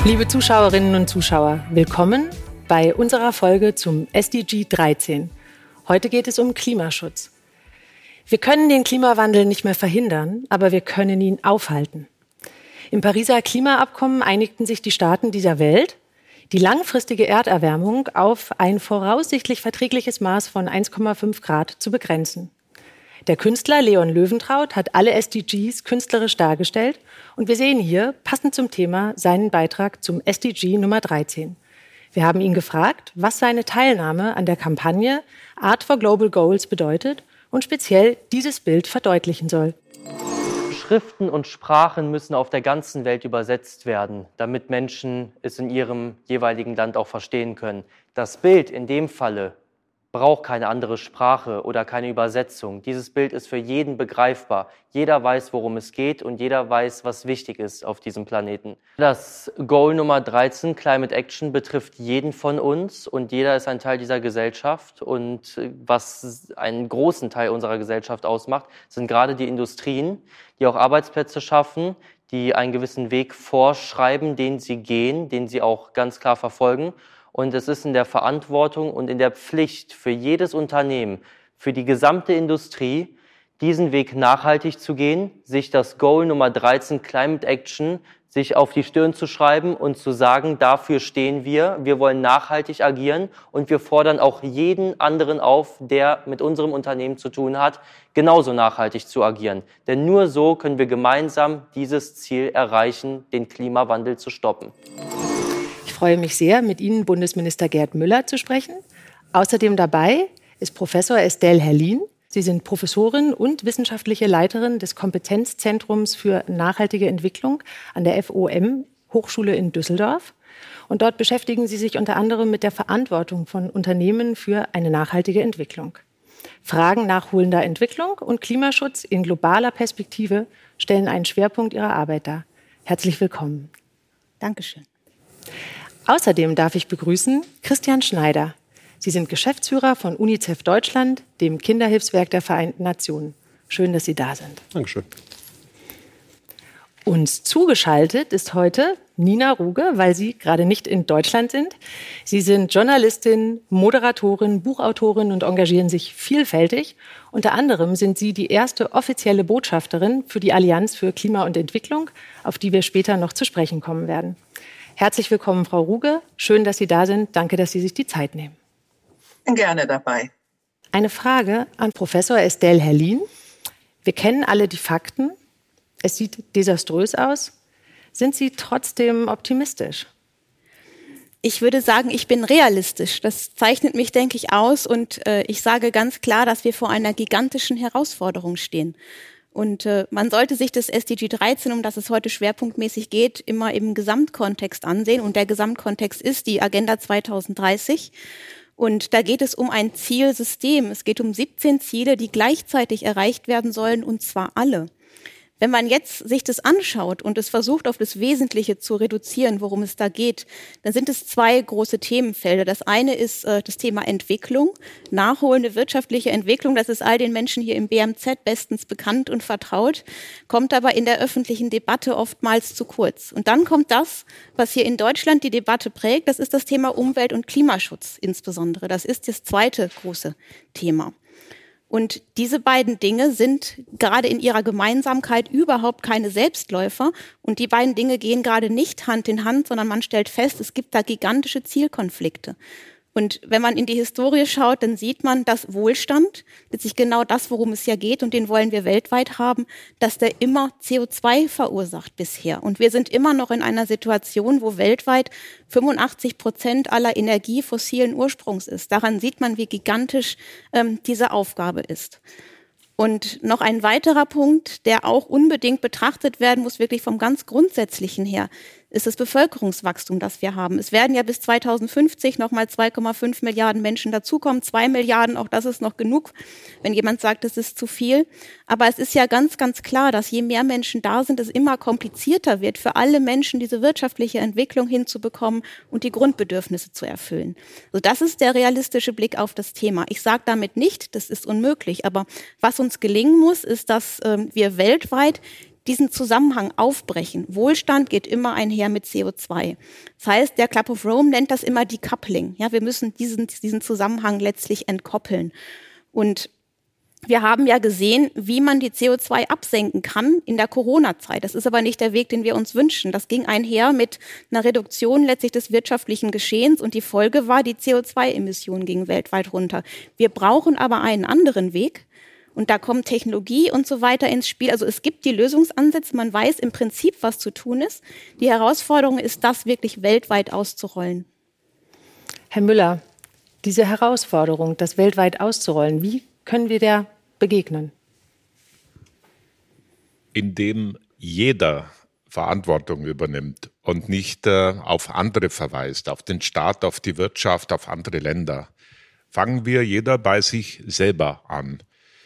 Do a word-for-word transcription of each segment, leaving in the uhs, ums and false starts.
Liebe Zuschauerinnen und Zuschauer, willkommen bei unserer Folge zum S D G dreizehn. Heute geht es um Klimaschutz. Wir können den Klimawandel nicht mehr verhindern, aber wir können ihn aufhalten. Im Pariser Klimaabkommen einigten sich die Staaten dieser Welt, die langfristige Erderwärmung auf ein voraussichtlich verträgliches Maß von eins Komma fünf Grad zu begrenzen. Der Künstler Leon Löwentraut hat alle S D Gs künstlerisch dargestellt und wir sehen hier, passend zum Thema, seinen Beitrag zum S D G Nummer dreizehn. Wir haben ihn gefragt, was seine Teilnahme an der Kampagne Art for Global Goals bedeutet und speziell dieses Bild verdeutlichen soll. Schriften und Sprachen müssen auf der ganzen Welt übersetzt werden, damit Menschen es in ihrem jeweiligen Land auch verstehen können. Das Bild in dem Falle braucht keine andere Sprache oder keine Übersetzung. Dieses Bild ist für jeden begreifbar. Jeder weiß, worum es geht und jeder weiß, was wichtig ist auf diesem Planeten. Das Goal Nummer dreizehn, Climate Action, betrifft jeden von uns und jeder ist ein Teil dieser Gesellschaft. Und was einen großen Teil unserer Gesellschaft ausmacht, sind gerade die Industrien, die auch Arbeitsplätze schaffen, die einen gewissen Weg vorschreiben, den sie gehen, den sie auch ganz klar verfolgen. Und es ist in der Verantwortung und in der Pflicht für jedes Unternehmen, für die gesamte Industrie, diesen Weg nachhaltig zu gehen, sich das Goal Nummer dreizehn, Climate Action, sich auf die Stirn zu schreiben und zu sagen, dafür stehen wir, wir wollen nachhaltig agieren und wir fordern auch jeden anderen auf, der mit unserem Unternehmen zu tun hat, genauso nachhaltig zu agieren. Denn nur so können wir gemeinsam dieses Ziel erreichen, den Klimawandel zu stoppen. Ich freue mich sehr, mit Ihnen Bundesminister Gerd Müller zu sprechen. Außerdem dabei ist Professor Estelle Herlin. Sie sind Professorin und wissenschaftliche Leiterin des Kompetenzzentrums für nachhaltige Entwicklung an der F O M Hochschule in Düsseldorf. Und dort beschäftigen Sie sich unter anderem mit der Verantwortung von Unternehmen für eine nachhaltige Entwicklung. Fragen nachholender Entwicklung und Klimaschutz in globaler Perspektive stellen einen Schwerpunkt Ihrer Arbeit dar. Herzlich willkommen. Dankeschön. Außerdem darf ich begrüßen Christian Schneider. Sie sind Geschäftsführer von UNICEF Deutschland, dem Kinderhilfswerk der Vereinten Nationen. Schön, dass Sie da sind. Dankeschön. Uns zugeschaltet ist heute Nina Ruge, weil Sie gerade nicht in Deutschland sind. Sie sind Journalistin, Moderatorin, Buchautorin und engagieren sich vielfältig. Unter anderem sind Sie die erste offizielle Botschafterin für die Allianz für Klima und Entwicklung, auf die wir später noch zu sprechen kommen werden. Herzlich willkommen, Frau Ruge. Schön, dass Sie da sind. Danke, dass Sie sich die Zeit nehmen. Gerne dabei. Eine Frage an Professor Estelle Herlin. Wir kennen alle die Fakten. Es sieht desaströs aus. Sind Sie trotzdem optimistisch? Ich würde sagen, ich bin realistisch. Das zeichnet mich, denke ich, aus. Und äh, ich sage ganz klar, dass wir vor einer gigantischen Herausforderung stehen. Und äh, man sollte sich das S D G dreizehn, um das es heute schwerpunktmäßig geht, immer im Gesamtkontext ansehen. Und der Gesamtkontext ist die Agenda zweitausenddreißig. Und da geht es um ein Zielsystem. Es geht um siebzehn Ziele, die gleichzeitig erreicht werden sollen, und zwar alle. Wenn man jetzt sich das anschaut und es versucht, auf das Wesentliche zu reduzieren, worum es da geht, dann sind es zwei große Themenfelder. Das eine ist äh, das Thema Entwicklung, nachholende wirtschaftliche Entwicklung. Das ist all den Menschen hier im B M Z bestens bekannt und vertraut, kommt aber in der öffentlichen Debatte oftmals zu kurz. Und dann kommt das, was hier in Deutschland die Debatte prägt, das ist das Thema Umwelt- und Klimaschutz insbesondere. Das ist das zweite große Thema. Und diese beiden Dinge sind gerade in ihrer Gemeinsamkeit überhaupt keine Selbstläufer. Und die beiden Dinge gehen gerade nicht Hand in Hand, sondern man stellt fest, es gibt da gigantische Zielkonflikte. Und wenn man in die Historie schaut, dann sieht man, dass Wohlstand, letztlich genau das, worum es ja geht, und den wollen wir weltweit haben, dass der immer C O zwei verursacht bisher. Und wir sind immer noch in einer Situation, wo weltweit fünfundachtzig Prozent aller Energie fossilen Ursprungs ist. Daran sieht man, wie gigantisch ähm, diese Aufgabe ist. Und noch ein weiterer Punkt, der auch unbedingt betrachtet werden muss, wirklich vom ganz Grundsätzlichen her, ist das Bevölkerungswachstum, das wir haben. Es werden ja bis zweitausendfünfzig nochmal zwei Komma fünf Milliarden Menschen dazukommen, zwei Milliarden, auch das ist noch genug, wenn jemand sagt, das ist zu viel. Aber es ist ja ganz, ganz klar, dass je mehr Menschen da sind, es immer komplizierter wird, für alle Menschen diese wirtschaftliche Entwicklung hinzubekommen und die Grundbedürfnisse zu erfüllen. Also das ist der realistische Blick auf das Thema. Ich sage damit nicht, das ist unmöglich, aber was uns gelingen muss, ist, dass ähm, wir weltweit diesen Zusammenhang aufbrechen. Wohlstand geht immer einher mit C O zwei. Das heißt, der Club of Rome nennt das immer Decoupling. Ja, wir müssen diesen, diesen Zusammenhang letztlich entkoppeln. Und wir haben ja gesehen, wie man die C O zwei absenken kann in der Corona-Zeit. Das ist aber nicht der Weg, den wir uns wünschen. Das ging einher mit einer Reduktion letztlich des wirtschaftlichen Geschehens und die Folge war, die C O zwei Emissionen gingen weltweit runter. Wir brauchen aber einen anderen Weg und da kommt Technologie und so weiter ins Spiel. Also es gibt die Lösungsansätze, man weiß im Prinzip, was zu tun ist. Die Herausforderung ist, das wirklich weltweit auszurollen. Herr Müller, diese Herausforderung, das weltweit auszurollen, wie können wir der begegnen? Indem jeder Verantwortung übernimmt und nicht äh, auf andere verweist, auf den Staat, auf die Wirtschaft, auf andere Länder. Fangen wir jeder bei sich selber an.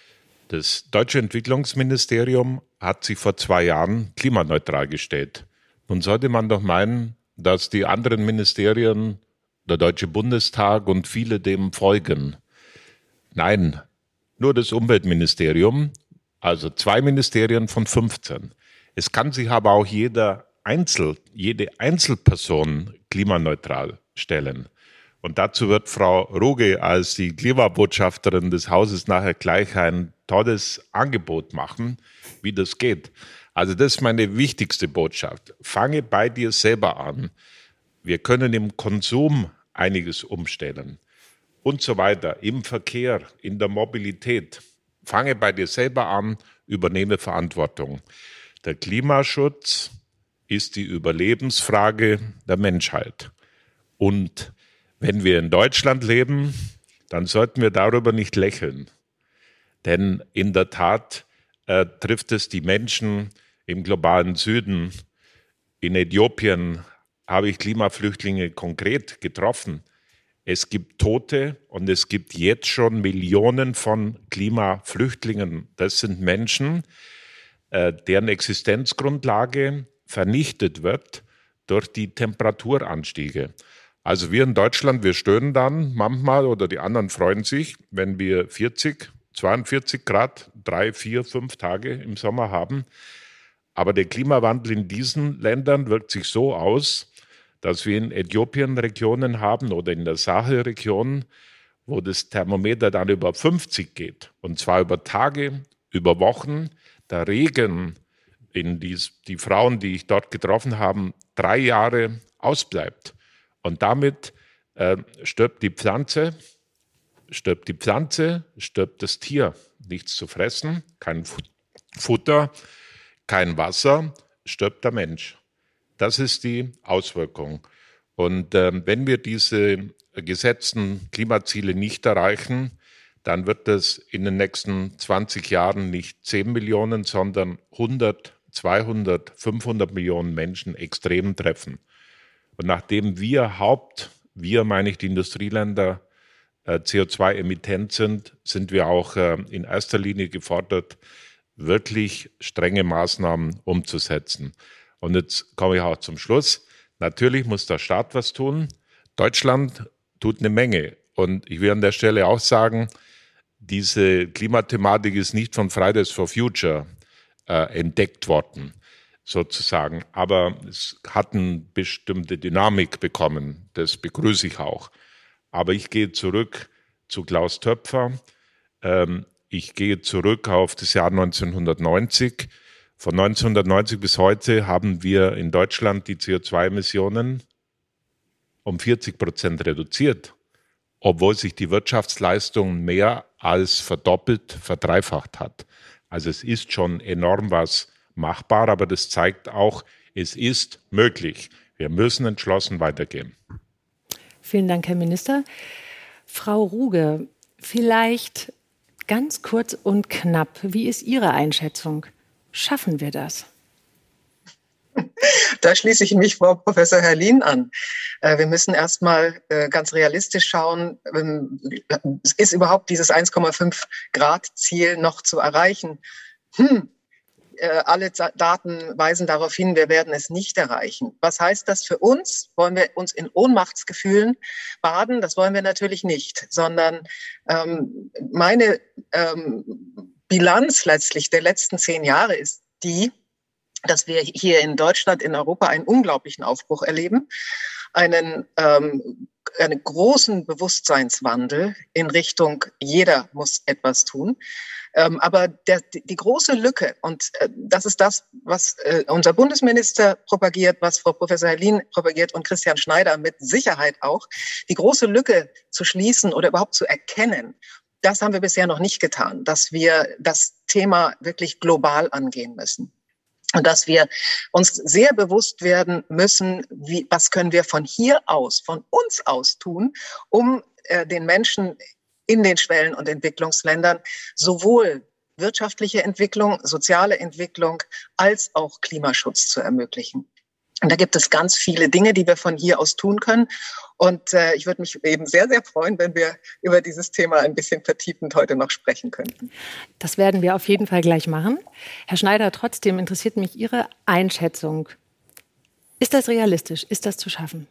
Das Deutsche Entwicklungsministerium hat sich vor zwei Jahren klimaneutral gestellt. Nun sollte man doch meinen, dass die anderen Ministerien, der Deutsche Bundestag und viele dem folgen. Nein, nur das Umweltministerium, also zwei Ministerien von fünfzehn. Es kann sich aber auch jeder Einzel, jede Einzelperson klimaneutral stellen. Und dazu wird Frau Ruge als die Klimabotschafterin des Hauses nachher gleich ein tolles Angebot machen, wie das geht. Also das ist meine wichtigste Botschaft. Fange bei dir selber an. Wir können im Konsum einiges umstellen. Und so weiter, im Verkehr, in der Mobilität. Fange bei dir selber an, übernehme Verantwortung. Der Klimaschutz ist die Überlebensfrage der Menschheit. Und wenn wir in Deutschland leben, dann sollten wir darüber nicht lächeln. Denn in der Tat äh, trifft es die Menschen im globalen Süden. In Äthiopien habe ich Klimaflüchtlinge konkret getroffen. Es gibt Tote und es gibt jetzt schon Millionen von Klimaflüchtlingen. Das sind Menschen, äh, deren Existenzgrundlage vernichtet wird durch die Temperaturanstiege. Also wir in Deutschland, wir stören dann manchmal oder die anderen freuen sich, wenn wir vierzig, zweiundvierzig Grad, drei, vier, fünf Tage im Sommer haben. Aber der Klimawandel in diesen Ländern wirkt sich so aus, dass wir in Äthiopien Regionen haben oder in der Sahelregion, wo das Thermometer dann über fünfzig geht. Und zwar über Tage, über Wochen. Der Regen in die, die Frauen, die ich dort getroffen habe, drei Jahre ausbleibt. Und damit äh, stirbt die Pflanze, stirbt die Pflanze, stirbt das Tier. Nichts zu fressen, kein Futter, kein Wasser, stirbt der Mensch. Das ist die Auswirkung. Und äh, wenn wir diese gesetzten Klimaziele nicht erreichen, dann wird es in den nächsten zwanzig Jahren nicht zehn Millionen, sondern hundert, zweihundert, fünfhundert Millionen Menschen extrem treffen. Und nachdem wir Haupt, wir meine ich die Industrieländer, äh, C O zwei Emittent sind, sind wir auch äh, in erster Linie gefordert, wirklich strenge Maßnahmen umzusetzen. Und jetzt komme ich auch zum Schluss. Natürlich muss der Staat was tun. Deutschland tut eine Menge. Und ich will an der Stelle auch sagen, diese Klimathematik ist nicht von Fridays for Future äh, entdeckt worden, sozusagen. Aber es hat eine bestimmte Dynamik bekommen. Das begrüße ich auch. Aber ich gehe zurück zu Klaus Töpfer. Ähm, ich gehe zurück auf das Jahr neunzehnhundertneunzig. Von neunzehnhundertneunzig bis heute haben wir in Deutschland die C O zwei Emissionen um vierzig Prozent reduziert, obwohl sich die Wirtschaftsleistung mehr als verdoppelt, verdreifacht hat. Also es ist schon enorm was machbar, aber das zeigt auch, es ist möglich. Wir müssen entschlossen weitergehen. Vielen Dank, Herr Minister. Frau Ruge, vielleicht ganz kurz und knapp, wie ist Ihre Einschätzung? Schaffen wir das? Da schließe ich mich Frau Professor Herrlin an. Wir müssen erstmal ganz realistisch schauen, ist überhaupt dieses eins Komma fünf Grad Ziel noch zu erreichen? Hm. Alle Daten weisen darauf hin, wir werden es nicht erreichen. Was heißt das für uns? Wollen wir uns in Ohnmachtsgefühlen baden? Das wollen wir natürlich nicht, sondern ähm, meine ähm, Bilanz letztlich der letzten zehn Jahre ist die, dass wir hier in Deutschland, in Europa einen unglaublichen Aufbruch erleben, einen, ähm, einen großen Bewusstseinswandel in Richtung, jeder muss etwas tun. Ähm, aber der, die große Lücke, und äh, das ist das, was äh, unser Bundesminister propagiert, was Frau Professor Herrlin propagiert und Christian Schneider mit Sicherheit auch, die große Lücke zu schließen oder überhaupt zu erkennen, das haben wir bisher noch nicht getan, dass wir das Thema wirklich global angehen müssen. Und dass wir uns sehr bewusst werden müssen, wie, was können wir von hier aus, von uns aus tun, um äh, den Menschen in den Schwellen- und Entwicklungsländern sowohl wirtschaftliche Entwicklung, soziale Entwicklung als auch Klimaschutz zu ermöglichen. Und da gibt es ganz viele Dinge, die wir von hier aus tun können. Und äh, ich würde mich eben sehr, sehr freuen, wenn wir über dieses Thema ein bisschen vertiefend heute noch sprechen könnten. Das werden wir auf jeden Fall gleich machen. Herr Schneider, trotzdem interessiert mich Ihre Einschätzung. Ist das realistisch? Ist das zu schaffen?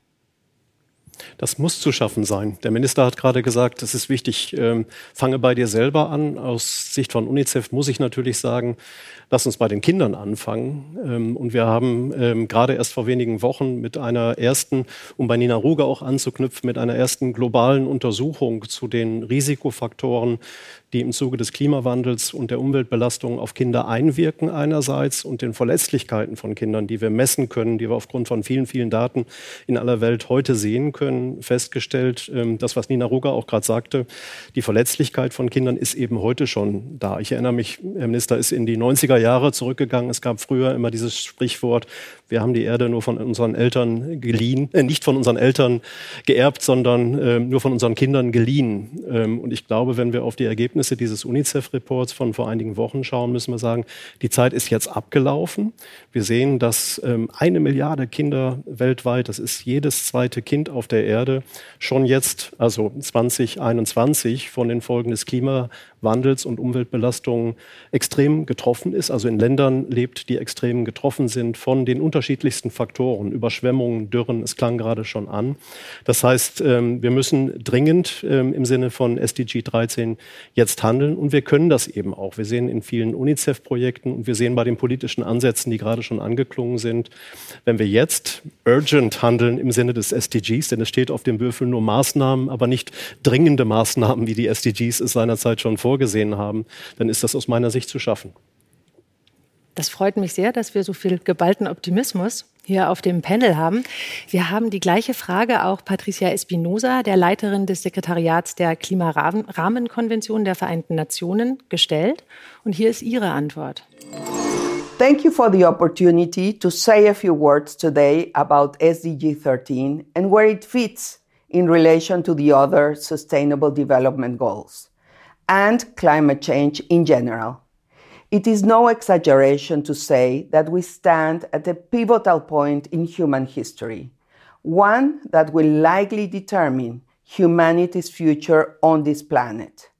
Das muss zu schaffen sein. Der Minister hat gerade gesagt, es ist wichtig, ähm, fange bei dir selber an. Aus Sicht von UNICEF muss ich natürlich sagen, lass uns bei den Kindern anfangen. Ähm, und wir haben ähm, gerade erst vor wenigen Wochen mit einer ersten, um bei Nina Ruge auch anzuknüpfen, mit einer ersten globalen Untersuchung zu den Risikofaktoren, die im Zuge des Klimawandels und der Umweltbelastung auf Kinder einwirken einerseits und den Verletzlichkeiten von Kindern, die wir messen können, die wir aufgrund von vielen, vielen Daten in aller Welt heute sehen können, festgestellt, das, was Nina Ruge auch gerade sagte, die Verletzlichkeit von Kindern ist eben heute schon da. Ich erinnere mich, Herr Minister ist in die neunziger Jahre zurückgegangen. Es gab früher immer dieses Sprichwort, wir haben die Erde nur von unseren Eltern geliehen, äh, nicht von unseren Eltern geerbt, sondern äh, nur von unseren Kindern geliehen. Ähm, und ich glaube, wenn wir auf die Ergebnisse dieses UNICEF-Reports von vor einigen Wochen schauen, müssen wir sagen, die Zeit ist jetzt abgelaufen. Wir sehen, dass ähm, eine Milliarde Kinder weltweit, das ist jedes zweite Kind auf der Erde, schon jetzt, also zwanzig einundzwanzig, von den Folgen des Klimawandels und Umweltbelastungen extrem getroffen ist. Also in Ländern lebt, die extrem getroffen sind von den unterschiedlichsten Faktoren, Überschwemmungen, Dürren, es klang gerade schon an. Das heißt, wir müssen dringend im Sinne von S D G dreizehn jetzt handeln und wir können das eben auch. Wir sehen in vielen UNICEF-Projekten und wir sehen bei den politischen Ansätzen, die gerade schon angeklungen sind, wenn wir jetzt urgent handeln im Sinne des S D Gs, denn es steht auf dem Würfel nur Maßnahmen, aber nicht dringende Maßnahmen, wie die S D Gs es seinerzeit schon vorgesehen haben, dann ist das aus meiner Sicht zu schaffen. Das freut mich sehr, dass wir so viel geballten Optimismus hier auf dem Panel haben. Wir haben die gleiche Frage auch Patricia Espinosa, der Leiterin des Sekretariats der Klimarahmenkonvention der Vereinten Nationen, gestellt. Und hier ist ihre Antwort. Thank you for the opportunity to say a few words today about S D G thirteen and where it fits in relation to the other Sustainable Development Goals and climate change in general. It is no exaggeration to say that we stand at a pivotal point in human history, one that will likely determine humanity's future on this planet.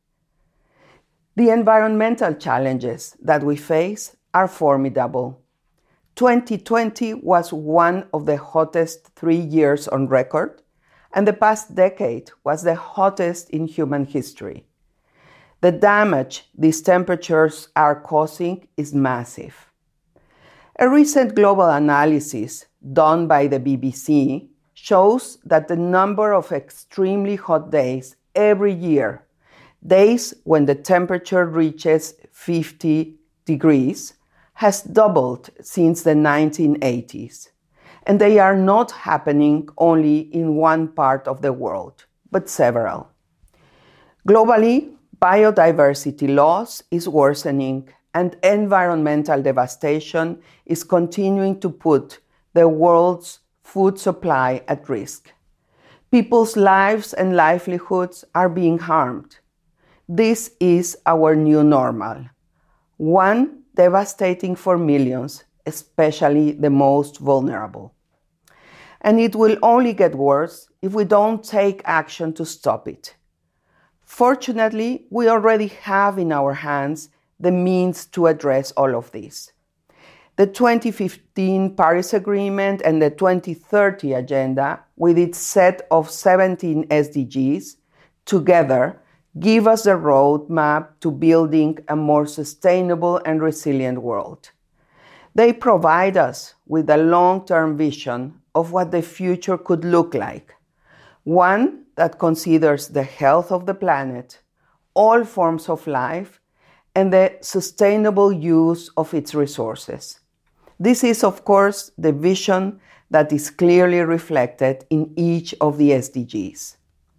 The environmental challenges that we face are formidable. twenty twenty was one of the hottest three years on record, and the past decade was the hottest in human history. The damage these temperatures are causing is massive. A recent global analysis done by the B B C shows that the number of extremely hot days every year, days when the temperature reaches fifty degrees, has doubled since the nineteen eighties. And they are not happening only in one part of the world, but several. Globally, biodiversity loss is worsening and environmental devastation is continuing to put the world's food supply at risk. People's lives and livelihoods are being harmed. This is our new normal, one devastating for millions, especially the most vulnerable. And it will only get worse if we don't take action to stop it. Fortunately, we already have in our hands the means to address all of this. The twenty fifteen Paris Agreement and the twenty thirty Agenda, with its set of seventeen S D Gs, together give us a roadmap to building a more sustainable and resilient world. They provide us with a long-term vision of what the future could look like, one that considers the health of the planet, all forms of life, and the sustainable use of its resources. This is, of course, the vision that is clearly reflected in each of the S D Gs.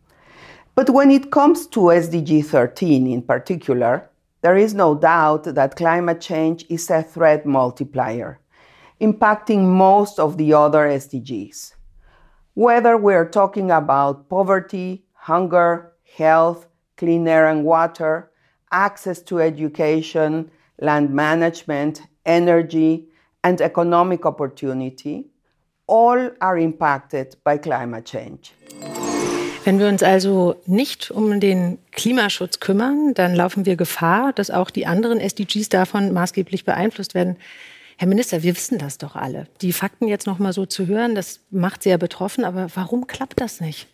But when it comes to S D G thirteen in particular, there is no doubt that climate change is a threat multiplier, impacting most of the other S D Gs. Whether we're talking about poverty, hunger, health, clean air and water, access to education, land management, energy, and economic opportunity, all are impacted by climate change. Wenn wir uns also nicht um den Klimaschutz kümmern, dann laufen wir Gefahr, dass auch die anderen S D Gs davon maßgeblich beeinflusst werden. Herr Minister, wir wissen das doch alle. Die Fakten jetzt noch mal so zu hören, das macht sehr betroffen. Aber warum klappt das nicht?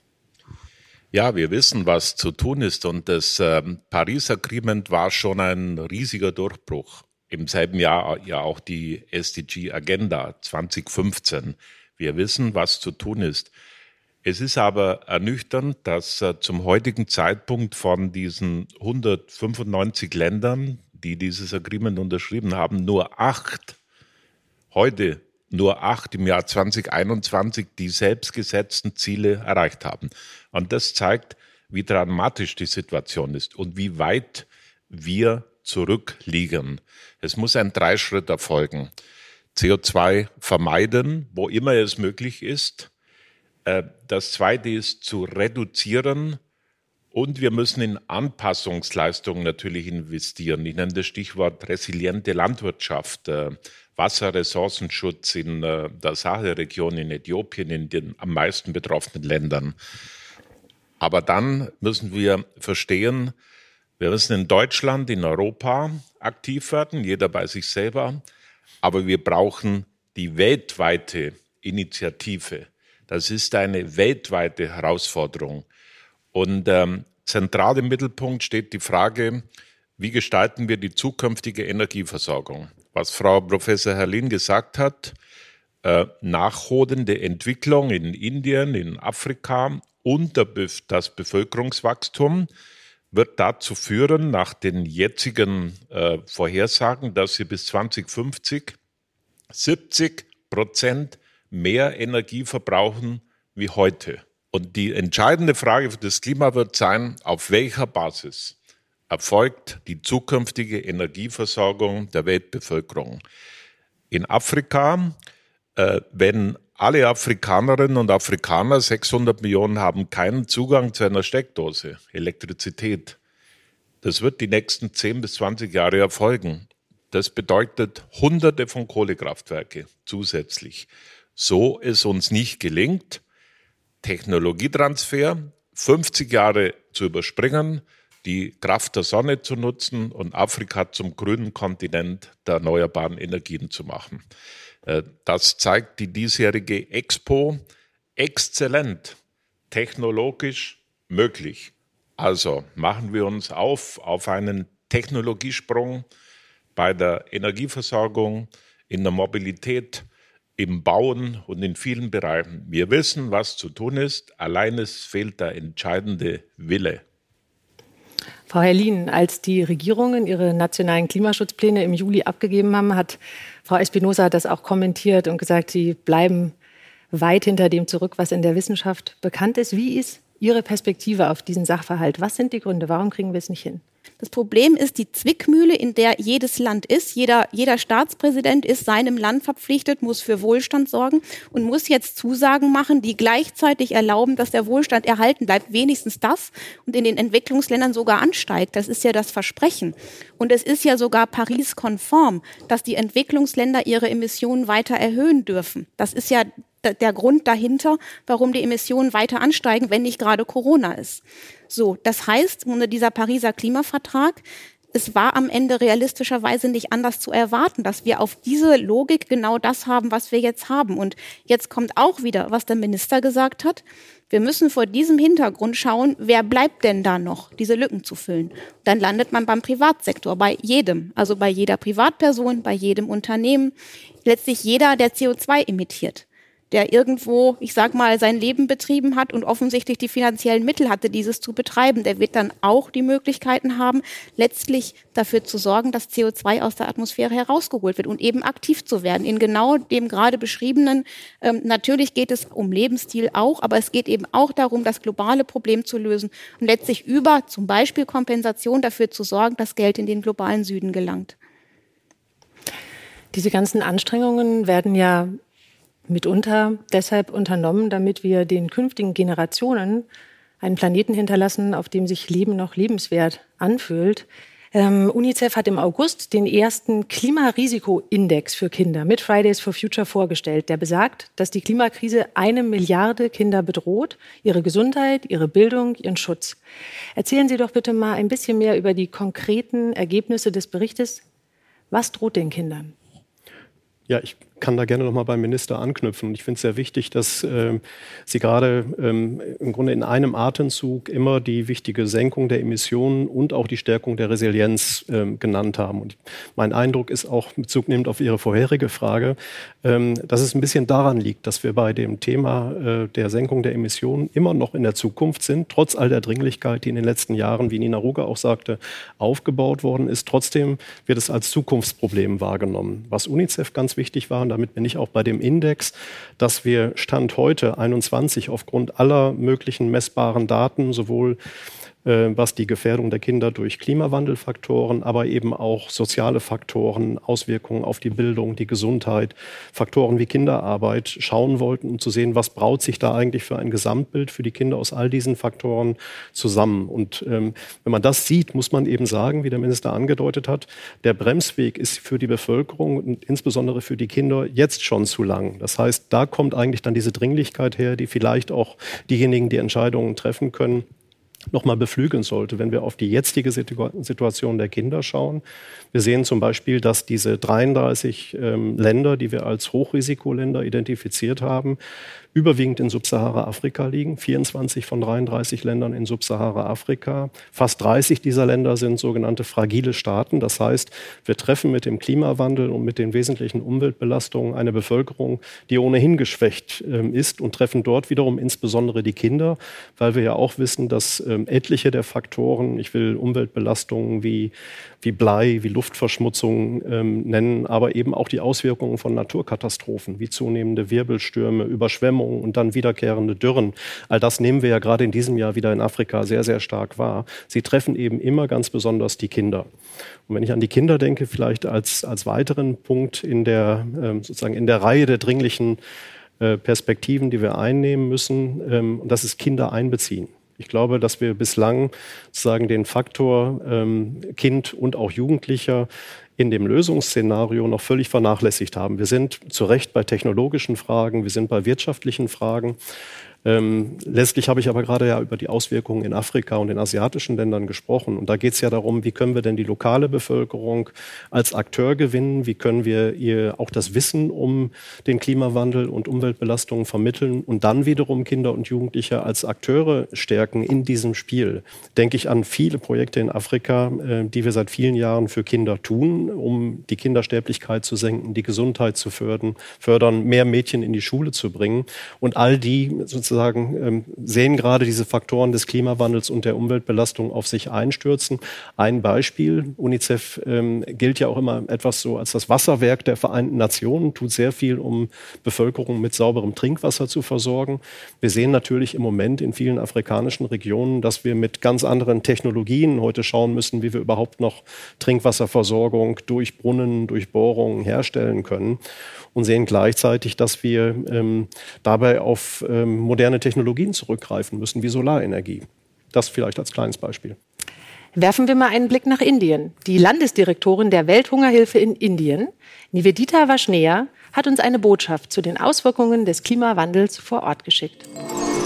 Ja, wir wissen, was zu tun ist. Und das äh, Paris Agreement war schon ein riesiger Durchbruch. Im selben Jahr ja auch die S D G-Agenda zwanzig fünfzehn. Wir wissen, was zu tun ist. Es ist aber ernüchternd, dass äh, zum heutigen Zeitpunkt von diesen hundertfünfundneunzig Ländern, die dieses Agreement unterschrieben haben, nur acht, heute nur acht im Jahr zwanzig einundzwanzig die selbstgesetzten Ziele erreicht haben. Und das zeigt, wie dramatisch die Situation ist und wie weit wir zurückliegen. Es muss ein Dreischritt erfolgen. C O zwei vermeiden, wo immer es möglich ist. Das Zweite ist zu reduzieren und wir müssen in Anpassungsleistungen natürlich investieren. Ich nenne das Stichwort resiliente Landwirtschaft, Wasserressourcenschutz in der Sahelregion, in Äthiopien, in den am meisten betroffenen Ländern. Aber dann müssen wir verstehen, wir müssen in Deutschland, in Europa aktiv werden, jeder bei sich selber. Aber wir brauchen die weltweite Initiative. Das ist eine weltweite Herausforderung. Und ähm, zentral im Mittelpunkt steht die Frage, wie gestalten wir die zukünftige Energieversorgung? Was Frau Professor Herlin gesagt hat, äh, nachholende Entwicklung in Indien, in Afrika und der Be- das Bevölkerungswachstum wird dazu führen, nach den jetzigen äh, Vorhersagen, dass wir bis zwanzig fünfzig siebzig Prozent mehr Energie verbrauchen wie heute. Und die entscheidende Frage für das Klima wird sein, auf welcher Basis erfolgt die zukünftige Energieversorgung der Weltbevölkerung. In Afrika, äh, wenn alle Afrikanerinnen und Afrikaner, sechshundert Millionen, haben keinen Zugang zu einer Steckdose, Elektrizität. Das wird die nächsten zehn bis zwanzig Jahre erfolgen. Das bedeutet Hunderte von Kohlekraftwerke zusätzlich. So es uns nicht gelingt, Technologietransfer, fünfzig Jahre zu überspringen, die Kraft der Sonne zu nutzen und Afrika zum grünen Kontinent der erneuerbaren Energien zu machen. Das zeigt die diesjährige Expo exzellent, technologisch möglich. Also machen wir uns auf auf einen Technologiesprung bei der Energieversorgung, in der Mobilität, im Bauen und in vielen Bereichen. Wir wissen, was zu tun ist, allein es fehlt der entscheidende Wille. Frau Herlin, als die Regierungen ihre nationalen Klimaschutzpläne im Juli abgegeben haben, hat Frau Espinosa das auch kommentiert und gesagt, sie bleiben weit hinter dem zurück, was in der Wissenschaft bekannt ist. Wie ist Ihre Perspektive auf diesen Sachverhalt? Was sind die Gründe? Warum kriegen wir es nicht hin? Das Problem ist die Zwickmühle, in der jedes Land ist. Jeder, jeder Staatspräsident ist seinem Land verpflichtet, muss für Wohlstand sorgen und muss jetzt Zusagen machen, die gleichzeitig erlauben, dass der Wohlstand erhalten bleibt, wenigstens das, und in den Entwicklungsländern sogar ansteigt. Das ist ja das Versprechen. Und es ist ja sogar Paris-konform, dass die Entwicklungsländer ihre Emissionen weiter erhöhen dürfen. Das ist ja der Grund dahinter, warum die Emissionen weiter ansteigen, wenn nicht gerade Corona ist. So, das heißt, dieser Pariser Klimavertrag, es war am Ende realistischerweise nicht anders zu erwarten, dass wir auf diese Logik genau das haben, was wir jetzt haben. Und jetzt kommt auch wieder, was der Minister gesagt hat. Wir müssen vor diesem Hintergrund schauen, wer bleibt denn da noch, diese Lücken zu füllen. Dann landet man beim Privatsektor, bei jedem, also bei jeder Privatperson, bei jedem Unternehmen, letztlich jeder, der C O zwei emittiert, der irgendwo, ich sag mal, sein Leben betrieben hat und offensichtlich die finanziellen Mittel hatte, dieses zu betreiben, der wird dann auch die Möglichkeiten haben, letztlich dafür zu sorgen, dass C O zwei aus der Atmosphäre herausgeholt wird und eben aktiv zu werden. In genau dem gerade beschriebenen, ähm, natürlich geht es um Lebensstil auch, aber es geht eben auch darum, das globale Problem zu lösen und letztlich über zum Beispiel Kompensation dafür zu sorgen, dass Geld in den globalen Süden gelangt. Diese ganzen Anstrengungen werden ja mitunter deshalb unternommen, damit wir den künftigen Generationen einen Planeten hinterlassen, auf dem sich Leben noch lebenswert anfühlt. Ähm, UNICEF hat im August den ersten Klimarisikoindex für Kinder mit Fridays for Future vorgestellt, der besagt, dass die Klimakrise eine Milliarde Kinder bedroht, ihre Gesundheit, ihre Bildung, ihren Schutz. Erzählen Sie doch bitte mal ein bisschen mehr über die konkreten Ergebnisse des Berichtes. Was droht den Kindern? Ja, ich kann da gerne noch mal beim Minister anknüpfen. Und ich finde es sehr wichtig, dass äh, Sie gerade ähm, im Grunde in einem Atemzug immer die wichtige Senkung der Emissionen und auch die Stärkung der Resilienz ähm, genannt haben. Und mein Eindruck ist auch, Bezug nehmend auf Ihre vorherige Frage, ähm, dass es ein bisschen daran liegt, dass wir bei dem Thema äh, der Senkung der Emissionen immer noch in der Zukunft sind, trotz all der Dringlichkeit, die in den letzten Jahren, wie Nina Ruge auch sagte, aufgebaut worden ist. Trotzdem wird es als Zukunftsproblem wahrgenommen. Was UNICEF ganz wichtig war, und damit bin ich auch bei dem Index, dass wir Stand heute einundzwanzig aufgrund aller möglichen messbaren Daten, sowohl äh, was die Gefährdung der Kinder durch Klimawandelfaktoren, aber eben auch soziale Faktoren, Auswirkungen auf die Bildung, die Gesundheit, Faktoren wie Kinderarbeit schauen wollten, um zu sehen, was braut sich da eigentlich für ein Gesamtbild für die Kinder aus all diesen Faktoren zusammen. Und ähm, wenn man das sieht, muss man eben sagen, wie der Minister angedeutet hat, der Bremsweg ist für die Bevölkerung und insbesondere für die Kinder jetzt schon zu lang. Das heißt, da kommt eigentlich dann diese Dringlichkeit her, die vielleicht auch diejenigen, die Entscheidungen treffen können, noch mal beflügeln sollte, wenn wir auf die jetzige Situation der Kinder schauen. Wir sehen zum Beispiel, dass diese dreiunddreißig ähm, Länder, die wir als Hochrisikoländer identifiziert haben, überwiegend in Subsahara-Afrika liegen. vierundzwanzig von dreiunddreißig Ländern in Subsahara-Afrika. Fast dreißig dieser Länder sind sogenannte fragile Staaten. Das heißt, wir treffen mit dem Klimawandel und mit den wesentlichen Umweltbelastungen eine Bevölkerung, die ohnehin geschwächt ähm, ist, und treffen dort wiederum insbesondere die Kinder, weil wir ja auch wissen, dass ähm, etliche der Faktoren, ich will Umweltbelastungen wie, wie Blei, wie Luftverschmutzung ähm, nennen, aber eben auch die Auswirkungen von Naturkatastrophen, wie zunehmende Wirbelstürme, Überschwemmungen und dann wiederkehrende Dürren. All das nehmen wir ja gerade in diesem Jahr wieder in Afrika sehr, sehr stark wahr. Sie treffen eben immer ganz besonders die Kinder. Und wenn ich an die Kinder denke, vielleicht als, als weiteren Punkt in der, ähm, sozusagen in der Reihe der dringlichen äh, Perspektiven, die wir einnehmen müssen, ähm, und das ist Kinder einbeziehen. Ich glaube, dass wir bislang sozusagen den Faktor ähm, Kind und auch Jugendlicher in dem Lösungsszenario noch völlig vernachlässigt haben. Wir sind zu Recht bei technologischen Fragen, wir sind bei wirtschaftlichen Fragen. Ähm, letztlich habe ich aber gerade ja über die Auswirkungen in Afrika und in asiatischen Ländern gesprochen. Und da geht es ja darum, wie können wir denn die lokale Bevölkerung als Akteur gewinnen? Wie können wir ihr auch das Wissen um den Klimawandel und Umweltbelastungen vermitteln und dann wiederum Kinder und Jugendliche als Akteure stärken in diesem Spiel? Denke ich an viele Projekte in Afrika, äh, die wir seit vielen Jahren für Kinder tun, um die Kindersterblichkeit zu senken, die Gesundheit zu fördern, fördern, mehr Mädchen in die Schule zu bringen. Und all die sozusagen sozusagen sehen gerade diese Faktoren des Klimawandels und der Umweltbelastung auf sich einstürzen. Ein Beispiel, UNICEF ähm, gilt ja auch immer etwas so als das Wasserwerk der Vereinten Nationen, tut sehr viel, um Bevölkerung mit sauberem Trinkwasser zu versorgen. Wir sehen natürlich im Moment in vielen afrikanischen Regionen, dass wir mit ganz anderen Technologien heute schauen müssen, wie wir überhaupt noch Trinkwasserversorgung durch Brunnen, durch Bohrungen herstellen können. Und sehen gleichzeitig, dass wir ähm, dabei auf ähm, moderne Technologien zurückgreifen müssen, wie Solarenergie. Das vielleicht als kleines Beispiel. Werfen wir mal einen Blick nach Indien. Die Landesdirektorin der Welthungerhilfe in Indien, Nivedita Varshnea, hat uns eine Botschaft zu den Auswirkungen des Klimawandels vor Ort geschickt.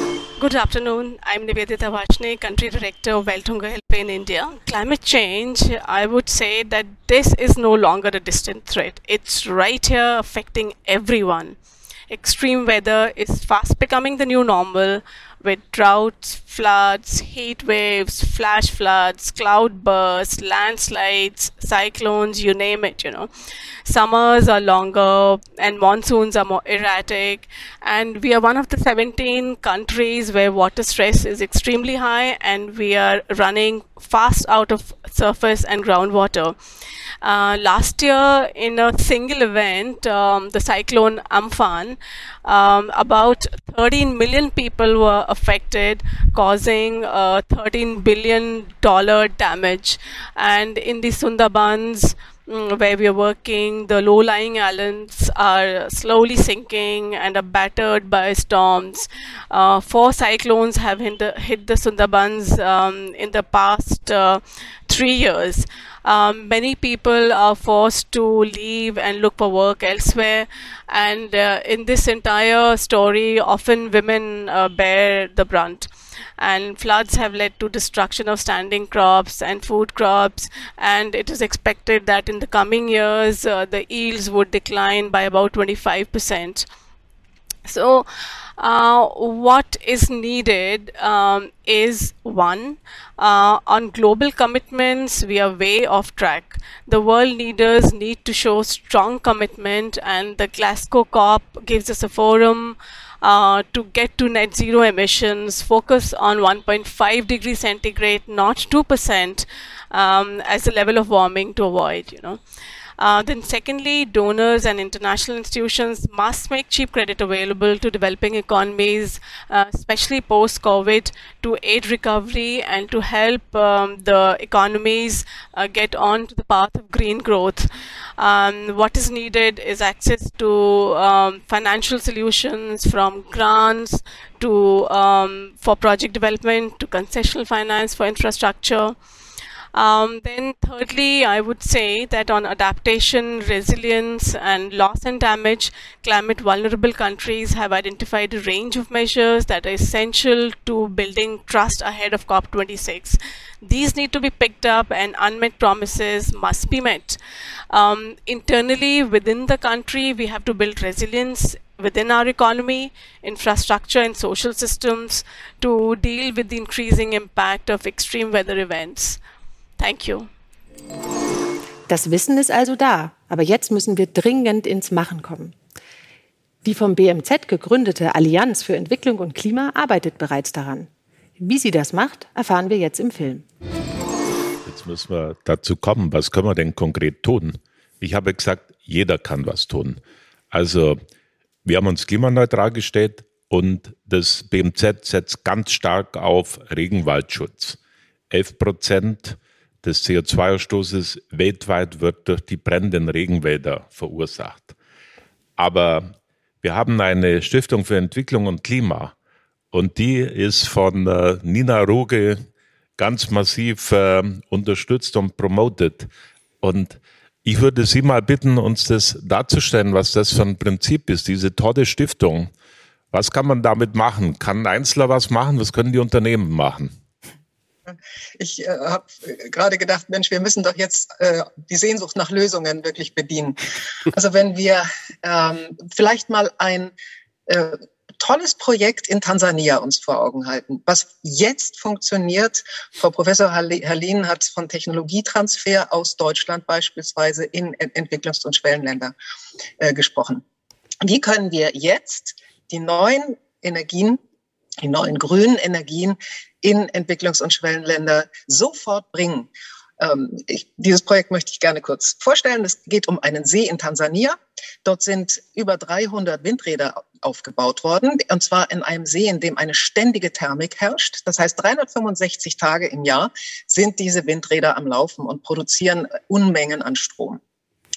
Good afternoon. I'm Nivedita Vachne, Country Director of Weltunga Help in India. Climate change, I would say that this is no longer a distant threat. It's right here affecting everyone. Extreme weather is fast becoming the new normal, with droughts, floods, heat waves, flash floods, cloud bursts, landslides, cyclones, you name it, you know. Summers are longer and monsoons are more erratic, and we are one of the seventeen countries where water stress is extremely high, and we are running fast out of surface and groundwater. Uh, last year, in a single event, um, the cyclone Amphan, um, about thirteen million people were affected, causing uh, thirteen billion dollars damage. And in the Sundarbans, mm, where we are working, the low-lying islands are slowly sinking and are battered by storms. Uh, four cyclones have hit the, hit the Sundarbans um, in the past uh, three years. Um, many people are forced to leave and look for work elsewhere, and uh, in this entire story, often women uh, bear the brunt. And floods have led to destruction of standing crops and food crops, and it is expected that in the coming years, uh, the yields would decline by about twenty-five percent. So, uh, what is needed um, is one, uh, on global commitments, we are way off track. The world leaders need to show strong commitment, and the Glasgow COP gives us a forum uh, to get to net zero emissions, focus on one point five degrees centigrade, not two percent um, as a level of warming to avoid, you know. Uh, then secondly, donors and international institutions must make cheap credit available to developing economies, uh, especially post-COVID, to aid recovery and to help um, the economies uh, get on to the path of green growth. Um, what is needed is access to um, financial solutions, from grants to um, for project development to concessional finance for infrastructure. Um, then thirdly, I would say that on adaptation, resilience, and loss and damage, climate vulnerable countries have identified a range of measures that are essential to building trust ahead of COP twenty-six. These need to be picked up, and unmet promises must be met. Um, internally, within the country, we have to build resilience within our economy, infrastructure, and social systems to deal with the increasing impact of extreme weather events. Thank you. Das Wissen ist also da, aber jetzt müssen wir dringend ins Machen kommen. Die vom B M Z gegründete Allianz für Entwicklung und Klima arbeitet bereits daran. Wie sie das macht, erfahren wir jetzt im Film. Jetzt müssen wir dazu kommen, was können wir denn konkret tun? Ich habe gesagt, jeder kann was tun. Also wir haben uns klimaneutral gestellt und das B M Z setzt ganz stark auf Regenwaldschutz. elf Prozent des C O zwei Ausstoßes weltweit wird durch die brennenden Regenwälder verursacht. Aber wir haben eine Stiftung für Entwicklung und Klima, und die ist von äh, Nina Ruge ganz massiv äh, unterstützt und promotet. Und ich würde Sie mal bitten, uns das darzustellen, was das für ein Prinzip ist, diese tolle Stiftung. Was kann man damit machen? Kann ein Einzelner was machen? Was können die Unternehmen machen? Ich äh, habe gerade gedacht, Mensch, wir müssen doch jetzt äh, die Sehnsucht nach Lösungen wirklich bedienen. Also wenn wir ähm, vielleicht mal ein äh, tolles Projekt in Tansania uns vor Augen halten, was jetzt funktioniert. Frau Professor Herlin hat von Technologietransfer aus Deutschland beispielsweise in Entwicklungs- und Schwellenländer äh, gesprochen. Wie können wir jetzt die neuen Energien, die neuen grünen Energien in Entwicklungs- und Schwellenländer sofort bringen? Ähm, ich, dieses Projekt möchte ich gerne kurz vorstellen. Es geht um einen See in Tansania. Dort sind über dreihundert Windräder aufgebaut worden, und zwar in einem See, in dem eine ständige Thermik herrscht. Das heißt, dreihundertfünfundsechzig Tage im Jahr sind diese Windräder am Laufen und produzieren Unmengen an Strom.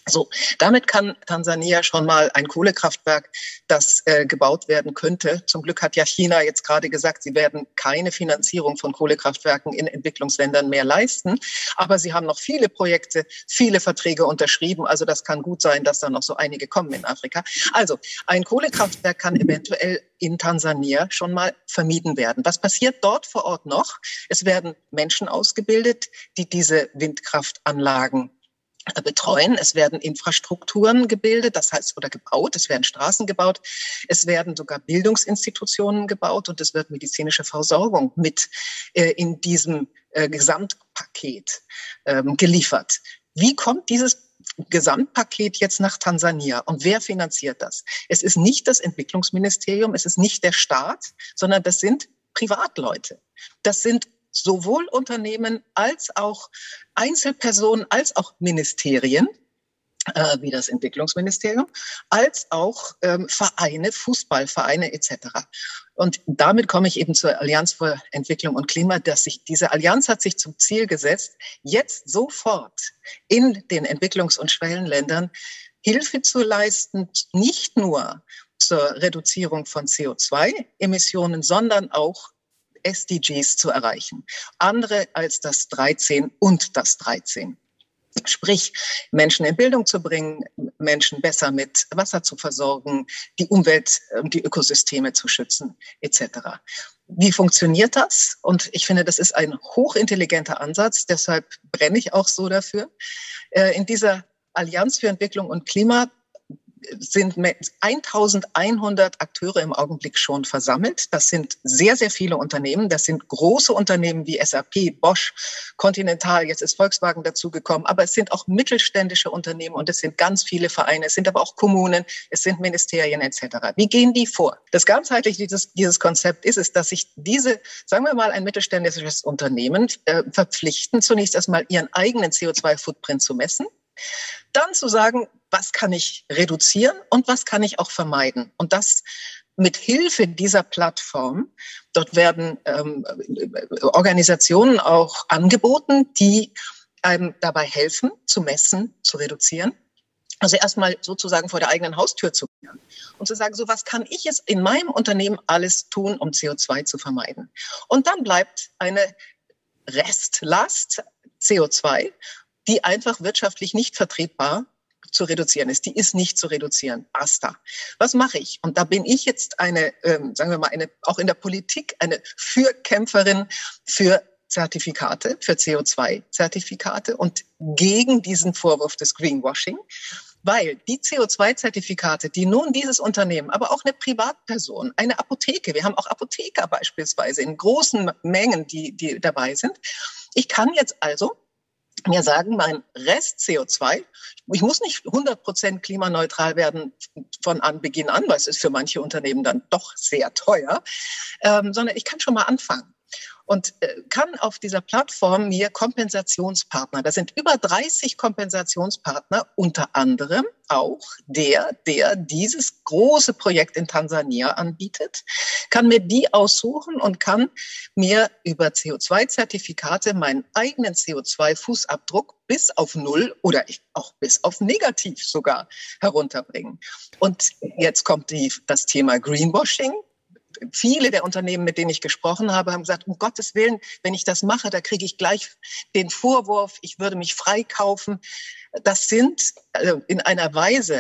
So, damit kann Tansania schon mal ein Kohlekraftwerk, das äh, gebaut werden könnte. Zum Glück hat ja China jetzt gerade gesagt, sie werden keine Finanzierung von Kohlekraftwerken in Entwicklungsländern mehr leisten. Aber sie haben noch viele Projekte, viele Verträge unterschrieben. Also das kann gut sein, dass da noch so einige kommen in Afrika. Also ein Kohlekraftwerk kann eventuell in Tansania schon mal vermieden werden. Was passiert dort vor Ort noch? Es werden Menschen ausgebildet, die diese Windkraftanlagen betreuen. Es werden Infrastrukturen gebildet, das heißt, oder gebaut. Es werden Straßen gebaut. Es werden sogar Bildungsinstitutionen gebaut und es wird medizinische Versorgung mit äh, in diesem äh, Gesamtpaket ähm, geliefert. Wie kommt dieses Gesamtpaket jetzt nach Tansania und wer finanziert das? Es ist nicht das Entwicklungsministerium, es ist nicht der Staat, sondern das sind Privatleute. Das sind sowohl Unternehmen als auch Einzelpersonen, als auch Ministerien, äh, wie das Entwicklungsministerium, als auch ähm, Vereine, Fußballvereine et cetera. Und damit komme ich eben zur Allianz für Entwicklung und Klima, dass sich diese Allianz hat sich zum Ziel gesetzt, jetzt sofort in den Entwicklungs- und Schwellenländern Hilfe zu leisten, nicht nur zur Reduzierung von C O zwei Emissionen, sondern auch S D Gs zu erreichen. Andere als das dreizehn und das dreizehn. Sprich, Menschen in Bildung zu bringen, Menschen besser mit Wasser zu versorgen, die Umwelt und die Ökosysteme zu schützen, et cetera. Wie funktioniert das? Und ich finde, das ist ein hochintelligenter Ansatz, deshalb brenne ich auch so dafür. In dieser Allianz für Entwicklung und Klima sind eintausendeinhundert Akteure im Augenblick schon versammelt. Das sind sehr, sehr viele Unternehmen. Das sind große Unternehmen wie S A P, Bosch, Continental, jetzt ist Volkswagen dazugekommen. Aber es sind auch mittelständische Unternehmen und es sind ganz viele Vereine. Es sind aber auch Kommunen, es sind Ministerien et cetera. Wie gehen die vor? Das ganzheitliche dieses, dieses Konzept ist es, dass sich diese, sagen wir mal, ein mittelständisches Unternehmen äh, verpflichten, zunächst erstmal ihren eigenen C O zwei Footprint zu messen. Dann zu sagen, was kann ich reduzieren und was kann ich auch vermeiden? Und das mit Hilfe dieser Plattform. Dort werden ähm, Organisationen auch angeboten, die einem dabei helfen, zu messen, zu reduzieren. Also erstmal sozusagen vor der eigenen Haustür zu gehen und zu sagen, so was kann ich jetzt in meinem Unternehmen alles tun, um C O zwei zu vermeiden? Und dann bleibt eine Restlast C O zwei, die einfach wirtschaftlich nicht vertretbar zu reduzieren ist. Die ist nicht zu reduzieren. Basta. Was mache ich? Und da bin ich jetzt eine, ähm, sagen wir mal, eine, auch in der Politik eine Fürkämpferin für Zertifikate, für C O zwei Zertifikate und gegen diesen Vorwurf des Greenwashing. Weil die C O zwei Zertifikate, die nun dieses Unternehmen, aber auch eine Privatperson, eine Apotheke, wir haben auch Apotheker beispielsweise in großen Mengen, die, die dabei sind. Ich kann jetzt also mir sagen, mein Rest C O zwei, ich muss nicht hundert Prozent klimaneutral werden von Anbeginn an, weil es ist für manche Unternehmen dann doch sehr teuer, ähm, sondern ich kann schon mal anfangen. Und äh, kann auf dieser Plattform mir Kompensationspartner, da sind über dreißig Kompensationspartner, unter anderem auch der, der dieses große Projekt in Tansania anbietet, kann mir die aussuchen und kann mir über C O zwei Zertifikate meinen eigenen C O zwei Fußabdruck bis auf null oder auch bis auf negativ sogar herunterbringen. Und jetzt kommt die, das Thema Greenwashing. Viele der Unternehmen, mit denen ich gesprochen habe, haben gesagt, um Gottes Willen, wenn ich das mache, da kriege ich gleich den Vorwurf, ich würde mich freikaufen. Das sind also in einer Weise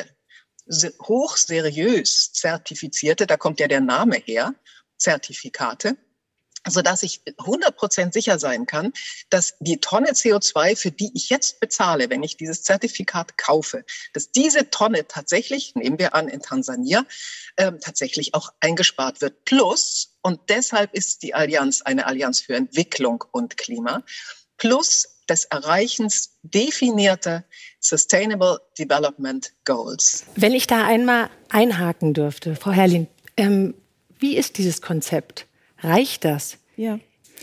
hochseriös zertifizierte, da kommt ja der Name her, Zertifikate, sodass ich hundert Prozent sicher sein kann, dass die Tonne C O zwei, für die ich jetzt bezahle, wenn ich dieses Zertifikat kaufe, dass diese Tonne tatsächlich, nehmen wir an in Tansania, äh, tatsächlich auch eingespart wird. Plus, und deshalb ist die Allianz eine Allianz für Entwicklung und Klima, plus des Erreichens definierter Sustainable Development Goals. Wenn ich da einmal einhaken dürfte, Frau Herrlin, ähm, wie ist dieses Konzept? Reicht das? Ja.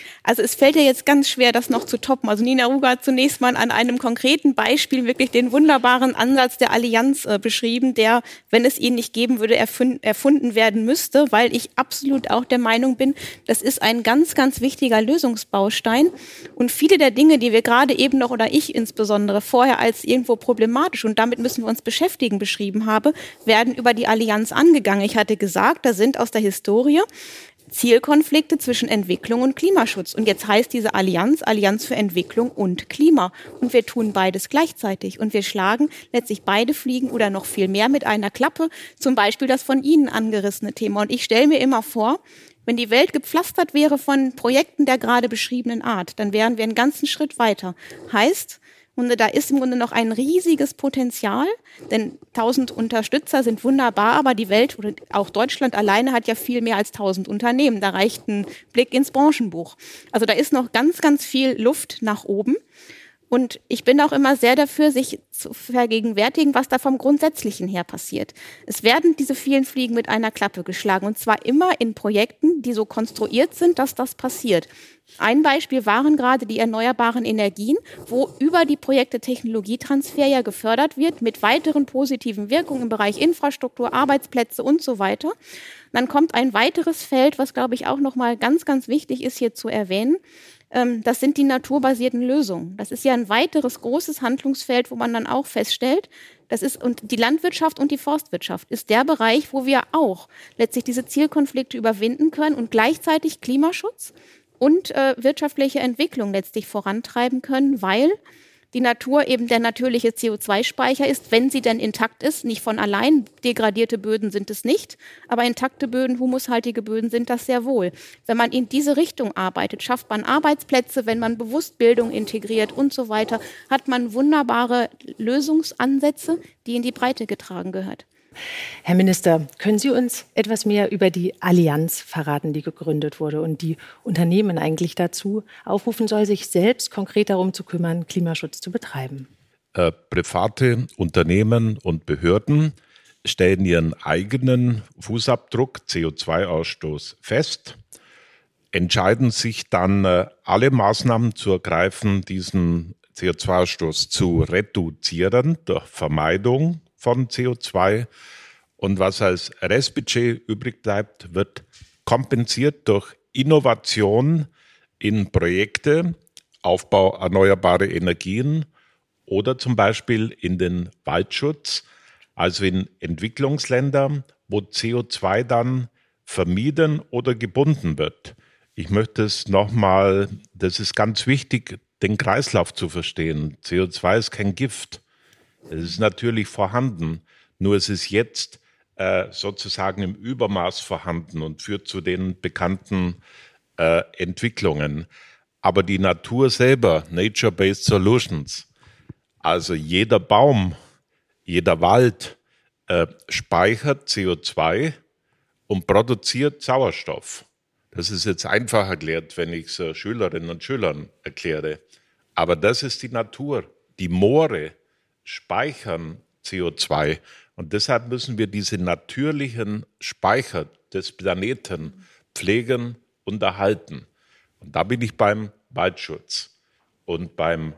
Also es fällt ja jetzt ganz schwer, das noch zu toppen. Also Nina Ruger hat zunächst mal an einem konkreten Beispiel wirklich den wunderbaren Ansatz der Allianz äh, beschrieben, der, wenn es ihn nicht geben würde, erfund, erfunden werden müsste, weil ich absolut auch der Meinung bin, das ist ein ganz, ganz wichtiger Lösungsbaustein. Und viele der Dinge, die wir gerade eben noch, oder ich insbesondere, vorher als irgendwo problematisch und damit müssen wir uns beschäftigen, beschrieben habe, werden über die Allianz angegangen. Ich hatte gesagt, da sind aus der Historie Zielkonflikte zwischen Entwicklung und Klimaschutz. Und jetzt heißt diese Allianz, Allianz für Entwicklung und Klima. Und wir tun beides gleichzeitig. Und wir schlagen letztlich beide Fliegen oder noch viel mehr mit einer Klappe. Zum Beispiel das von Ihnen angerissene Thema. Und ich stelle mir immer vor, wenn die Welt gepflastert wäre von Projekten der gerade beschriebenen Art, dann wären wir einen ganzen Schritt weiter. Heißt, und da ist im Grunde noch ein riesiges Potenzial, denn tausend Unterstützer sind wunderbar, aber die Welt oder auch Deutschland alleine hat ja viel mehr als tausend Unternehmen. Da reicht ein Blick ins Branchenbuch. Also da ist noch ganz, ganz viel Luft nach oben. Und ich bin auch immer sehr dafür, sich zu vergegenwärtigen, was da vom Grundsätzlichen her passiert. Es werden diese vielen Fliegen mit einer Klappe geschlagen und zwar immer in Projekten, die so konstruiert sind, dass das passiert. Ein Beispiel waren gerade die erneuerbaren Energien, wo über die Projekte Technologietransfer ja gefördert wird mit weiteren positiven Wirkungen im Bereich Infrastruktur, Arbeitsplätze und so weiter. Dann kommt ein weiteres Feld, was, glaube ich, auch nochmal ganz, ganz wichtig ist hier zu erwähnen. Das sind die naturbasierten Lösungen. Das ist ja ein weiteres großes Handlungsfeld, wo man dann auch feststellt, das ist, und die Landwirtschaft und die Forstwirtschaft ist der Bereich, wo wir auch letztlich diese Zielkonflikte überwinden können und gleichzeitig Klimaschutz und äh, wirtschaftliche Entwicklung letztlich vorantreiben können, weil die Natur eben der natürliche C O zwei Speicher ist, wenn sie denn intakt ist. Nicht von allein, degradierte Böden sind es nicht, aber intakte Böden, humushaltige Böden sind das sehr wohl. Wenn man in diese Richtung arbeitet, schafft man Arbeitsplätze, wenn man bewusst Bildung integriert und so weiter, hat man wunderbare Lösungsansätze, die in die Breite getragen gehört. Herr Minister, können Sie uns etwas mehr über die Allianz verraten, die gegründet wurde und die Unternehmen eigentlich dazu aufrufen soll, sich selbst konkret darum zu kümmern, Klimaschutz zu betreiben? Äh, private Unternehmen und Behörden stellen ihren eigenen Fußabdruck, C O zwei Ausstoß, fest, entscheiden sich dann, äh, alle Maßnahmen zu ergreifen, diesen C O zwei Ausstoß zu reduzieren durch Vermeidung von C O zwei, und was als Restbudget übrig bleibt, wird kompensiert durch Innovation in Projekte, Aufbau erneuerbarer Energien oder zum Beispiel in den Waldschutz, also in Entwicklungsländern, wo C O zwei dann vermieden oder gebunden wird. Ich möchte es nochmal, das ist ganz wichtig, den Kreislauf zu verstehen. C O zwei ist kein Gift. Es ist natürlich vorhanden, nur es ist jetzt äh, sozusagen im Übermaß vorhanden und führt zu den bekannten äh, Entwicklungen. Aber die Natur selber, Nature-Based Solutions, also jeder Baum, jeder Wald äh, speichert C O zwei und produziert Sauerstoff. Das ist jetzt einfach erklärt, wenn ich es äh, Schülerinnen und Schülern erkläre. Aber das ist die Natur. Die Moore speichern C O zwei. Und deshalb müssen wir diese natürlichen Speicher des Planeten pflegen und erhalten. Und da bin ich beim Waldschutz und beim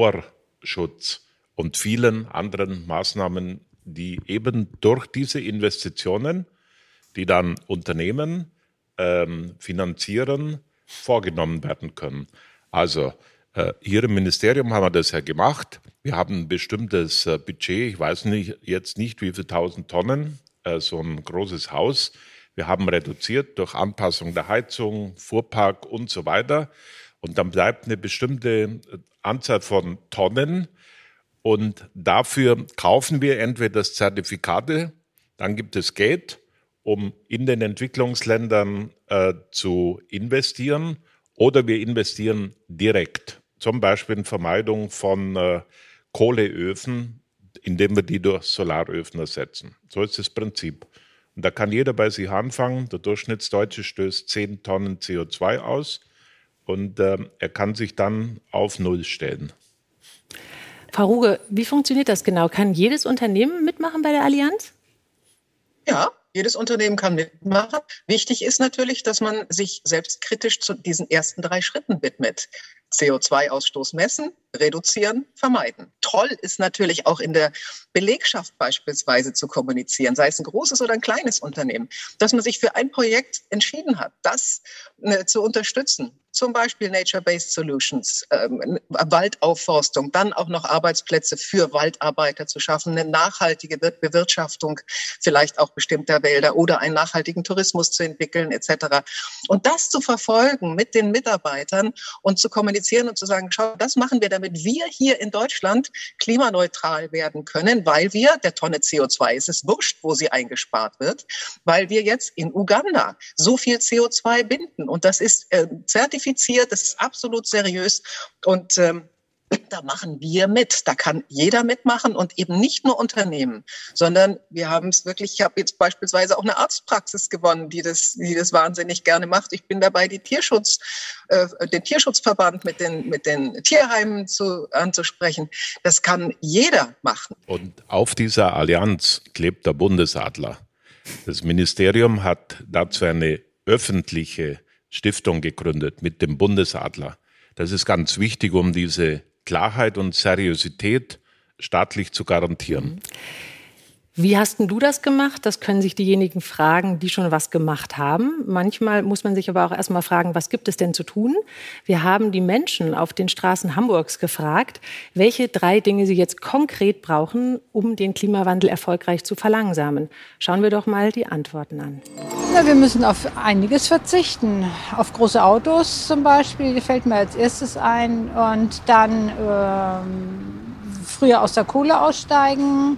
Moorschutz und vielen anderen Maßnahmen, die eben durch diese Investitionen, die dann Unternehmen ähm, finanzieren, vorgenommen werden können. Also äh, hier im Ministerium haben wir das ja gemacht. Wir haben ein bestimmtes äh, Budget, ich weiß nicht, jetzt nicht wie viele tausend Tonnen, äh, so ein großes Haus. Wir haben reduziert durch Anpassung der Heizung, Fuhrpark und so weiter. Und dann bleibt eine bestimmte Anzahl von Tonnen. Und dafür kaufen wir entweder Zertifikate, dann gibt es Geld, um in den Entwicklungsländern äh, zu investieren, oder wir investieren direkt, zum Beispiel in Vermeidung von äh, Kohleöfen, indem wir die durch Solaröfen ersetzen. So ist das Prinzip. Und da kann jeder bei sich anfangen. Der Durchschnittsdeutsche stößt zehn Tonnen C O zwei aus und äh, er kann sich dann auf Null stellen. Frau Ruge, wie funktioniert das genau? Kann jedes Unternehmen mitmachen bei der Allianz? Ja, Jedes Unternehmen kann mitmachen. Wichtig ist natürlich, dass man sich selbstkritisch zu diesen ersten drei Schritten widmet. C O zwei Ausstoß messen, reduzieren, vermeiden. Toll ist natürlich auch in der Belegschaft beispielsweise zu kommunizieren, sei es ein großes oder ein kleines Unternehmen, dass man sich für ein Projekt entschieden hat, das äh, zu unterstützen. Zum Beispiel Nature-Based Solutions, ähm, Waldaufforstung, dann auch noch Arbeitsplätze für Waldarbeiter zu schaffen, eine nachhaltige Bewirtschaftung vielleicht auch bestimmter Wälder oder einen nachhaltigen Tourismus zu entwickeln et cetera. Und das zu verfolgen mit den Mitarbeitern und zu kommunizieren und zu sagen, schau, das machen wir, damit wir hier in Deutschland klimaneutral werden können, weil wir, der Tonne C O zwei, es ist wurscht, wo sie eingespart wird, weil wir jetzt in Uganda so viel C O zwei binden. Und das ist äh, zertifiziert. Das ist absolut seriös und ähm, da machen wir mit. Da kann jeder mitmachen und eben nicht nur Unternehmen, sondern wir haben es wirklich, ich habe jetzt beispielsweise auch eine Arztpraxis gewonnen, die das, die das wahnsinnig gerne macht. Ich bin dabei, die Tierschutz, äh, den Tierschutzverband mit den, mit den Tierheimen zu, anzusprechen. Das kann jeder machen. Und auf dieser Allianz klebt der Bundesadler. Das Ministerium hat dazu eine öffentliche Stiftung gegründet mit dem Bundesadler. Das ist ganz wichtig, um diese Klarheit und Seriosität staatlich zu garantieren. Wie hast denn du das gemacht? Das können sich diejenigen fragen, die schon was gemacht haben. Manchmal muss man sich aber auch erstmal fragen, was gibt es denn zu tun? Wir haben die Menschen auf den Straßen Hamburgs gefragt, welche drei Dinge sie jetzt konkret brauchen, um den Klimawandel erfolgreich zu verlangsamen. Schauen wir doch mal die Antworten an. Na, wir müssen auf einiges verzichten. Auf große Autos zum Beispiel, die fällt mir als erstes ein. Und dann ähm, früher aus der Kohle aussteigen.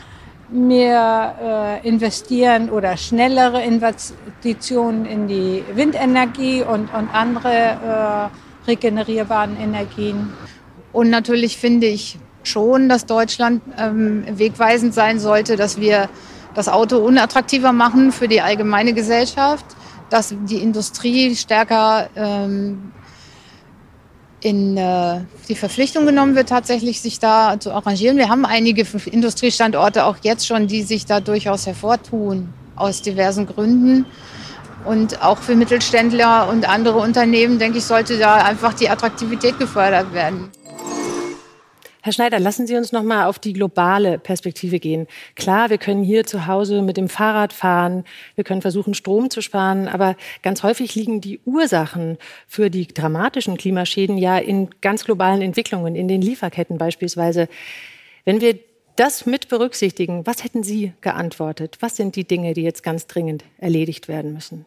Mehr äh, investieren oder schnellere Investitionen in die Windenergie und, und andere äh, regenerierbaren Energien. Und natürlich finde ich schon, dass Deutschland ähm, wegweisend sein sollte, dass wir das Auto unattraktiver machen für die allgemeine Gesellschaft, dass die Industrie stärker ähm, in äh, die Verpflichtung genommen wird, tatsächlich sich da zu arrangieren. Wir haben einige Industriestandorte auch jetzt schon, die sich da durchaus hervortun, aus diversen Gründen. Und auch für Mittelständler und andere Unternehmen, denke ich, sollte da einfach die Attraktivität gefördert werden. Herr Schneider, lassen Sie uns noch mal auf die globale Perspektive gehen. Klar, wir können hier zu Hause mit dem Fahrrad fahren, wir können versuchen, Strom zu sparen, aber ganz häufig liegen die Ursachen für die dramatischen Klimaschäden ja in ganz globalen Entwicklungen, in den Lieferketten beispielsweise. Wenn wir das mit berücksichtigen, was hätten Sie geantwortet? Was sind die Dinge, die jetzt ganz dringend erledigt werden müssen?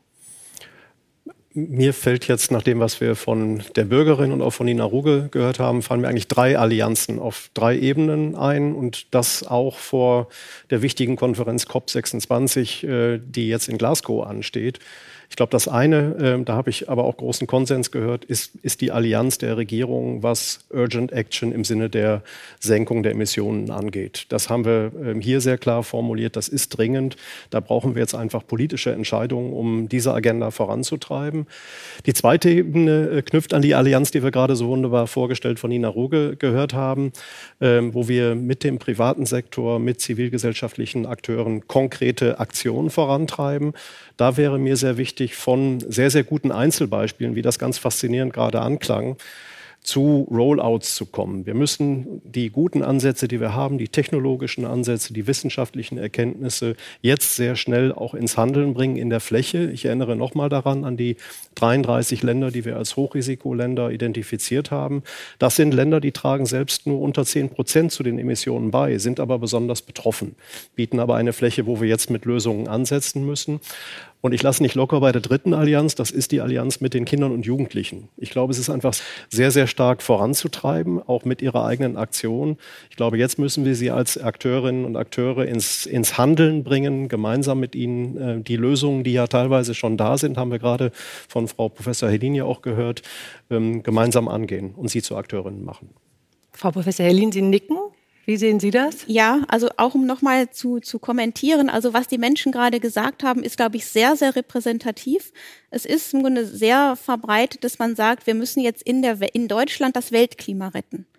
Mir fällt jetzt, nach dem, was wir von der Bürgerin und auch von Nina Ruge gehört haben, fallen mir eigentlich drei Allianzen auf drei Ebenen ein und das auch vor der wichtigen Konferenz COP sechsundzwanzig, die jetzt in Glasgow ansteht. Ich glaube, das eine, äh, da habe ich aber auch großen Konsens gehört, ist, ist die Allianz der Regierungen, was Urgent Action im Sinne der Senkung der Emissionen angeht. Das haben wir äh, hier sehr klar formuliert, das ist dringend. Da brauchen wir jetzt einfach politische Entscheidungen, um diese Agenda voranzutreiben. Die zweite Ebene äh, knüpft an die Allianz, die wir gerade so wunderbar vorgestellt von Nina Ruge gehört haben, äh, wo wir mit dem privaten Sektor, mit zivilgesellschaftlichen Akteuren konkrete Aktionen vorantreiben. Da wäre mir sehr wichtig, von sehr, sehr guten Einzelbeispielen, wie das ganz faszinierend gerade anklang, zu Rollouts zu kommen. Wir müssen die guten Ansätze, die wir haben, die technologischen Ansätze, die wissenschaftlichen Erkenntnisse jetzt sehr schnell auch ins Handeln bringen in der Fläche. Ich erinnere nochmal daran an die dreiunddreißig Länder, die wir als Hochrisikoländer identifiziert haben. Das sind Länder, die tragen selbst nur unter zehn Prozent zu den Emissionen bei, sind aber besonders betroffen, bieten aber eine Fläche, wo wir jetzt mit Lösungen ansetzen müssen. Und ich lasse nicht locker bei der dritten Allianz, das ist die Allianz mit den Kindern und Jugendlichen. Ich glaube, es ist einfach sehr, sehr stark voranzutreiben, auch mit ihrer eigenen Aktion. Ich glaube, jetzt müssen wir sie als Akteurinnen und Akteure ins, ins Handeln bringen, gemeinsam mit ihnen. Äh, die Lösungen, die ja teilweise schon da sind, haben wir gerade von Frau Professor Helin ja auch gehört, ähm, gemeinsam angehen und sie zu Akteurinnen machen. Frau Professor Helin, Sie nicken. Wie sehen Sie das? Ja, also auch um nochmal zu, zu kommentieren, also was die Menschen gerade gesagt haben, ist, glaube ich, sehr, sehr repräsentativ. Es ist im Grunde sehr verbreitet, dass man sagt, wir müssen jetzt in, der, in Deutschland das Weltklima retten.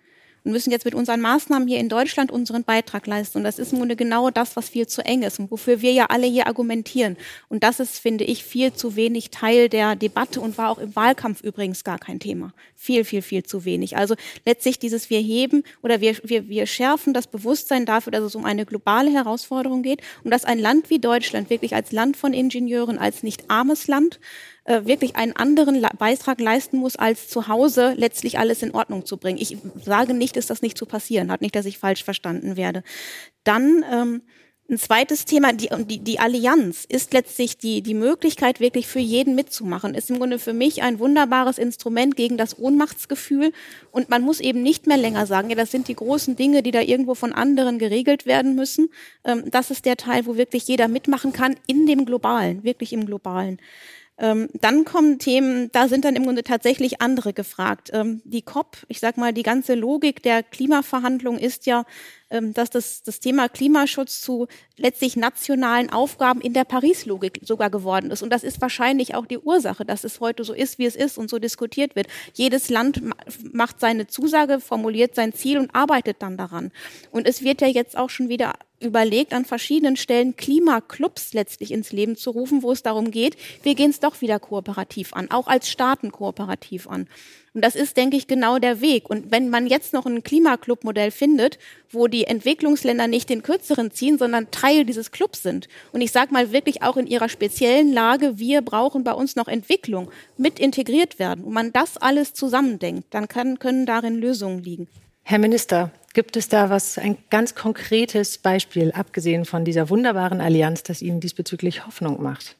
und müssen jetzt mit unseren Maßnahmen hier in Deutschland unseren Beitrag leisten. Und das ist im Grunde genau das, was viel zu eng ist und wofür wir ja alle hier argumentieren. Und das ist, finde ich, viel zu wenig Teil der Debatte und war auch im Wahlkampf übrigens gar kein Thema. Viel, viel, viel zu wenig. Also letztlich dieses wir heben oder wir, wir, wir schärfen das Bewusstsein dafür, dass es um eine globale Herausforderung geht und dass ein Land wie Deutschland wirklich als Land von Ingenieuren, als nicht armes Land, äh, wirklich einen anderen La- Beitrag leisten muss, als zu Hause letztlich alles in Ordnung zu bringen. Ich sage nicht, dass das nicht zu passieren hat, nicht, dass ich falsch verstanden werde. Dann ähm, ein zweites Thema, die, die, die Allianz ist letztlich die, die Möglichkeit, wirklich für jeden mitzumachen, ist im Grunde für mich ein wunderbares Instrument gegen das Ohnmachtsgefühl. Und man muss eben nicht mehr länger sagen, ja, das sind die großen Dinge, die da irgendwo von anderen geregelt werden müssen. Ähm, das ist der Teil, wo wirklich jeder mitmachen kann, in dem Globalen, wirklich im Globalen. Ähm, dann kommen Themen, da sind dann im Grunde tatsächlich andere gefragt. Ähm, die C O P, ich sag mal, die ganze Logik der Klimaverhandlungen ist ja, ähm, dass das, das Thema Klimaschutz zu letztlich nationalen Aufgaben in der Paris-Logik sogar geworden ist. Und das ist wahrscheinlich auch die Ursache, dass es heute so ist, wie es ist und so diskutiert wird. Jedes Land ma- macht seine Zusage, formuliert sein Ziel und arbeitet dann daran. Und es wird ja jetzt auch schon wieder überlegt, an verschiedenen Stellen Klimaclubs letztlich ins Leben zu rufen, wo es darum geht, wir gehen es doch wieder kooperativ an, auch als Staaten kooperativ an. Und das ist, denke ich, genau der Weg. Und wenn man jetzt noch ein Klimaclub-Modell findet, wo die Entwicklungsländer nicht den kürzeren ziehen, sondern Teil dieses Clubs sind, und ich sage mal wirklich auch in ihrer speziellen Lage, wir brauchen bei uns noch Entwicklung, mit integriert werden, und man das alles zusammendenkt, dann kann, können darin Lösungen liegen. Herr Minister, gibt es da was, ein ganz konkretes Beispiel, abgesehen von dieser wunderbaren Allianz, das Ihnen diesbezüglich Hoffnung macht?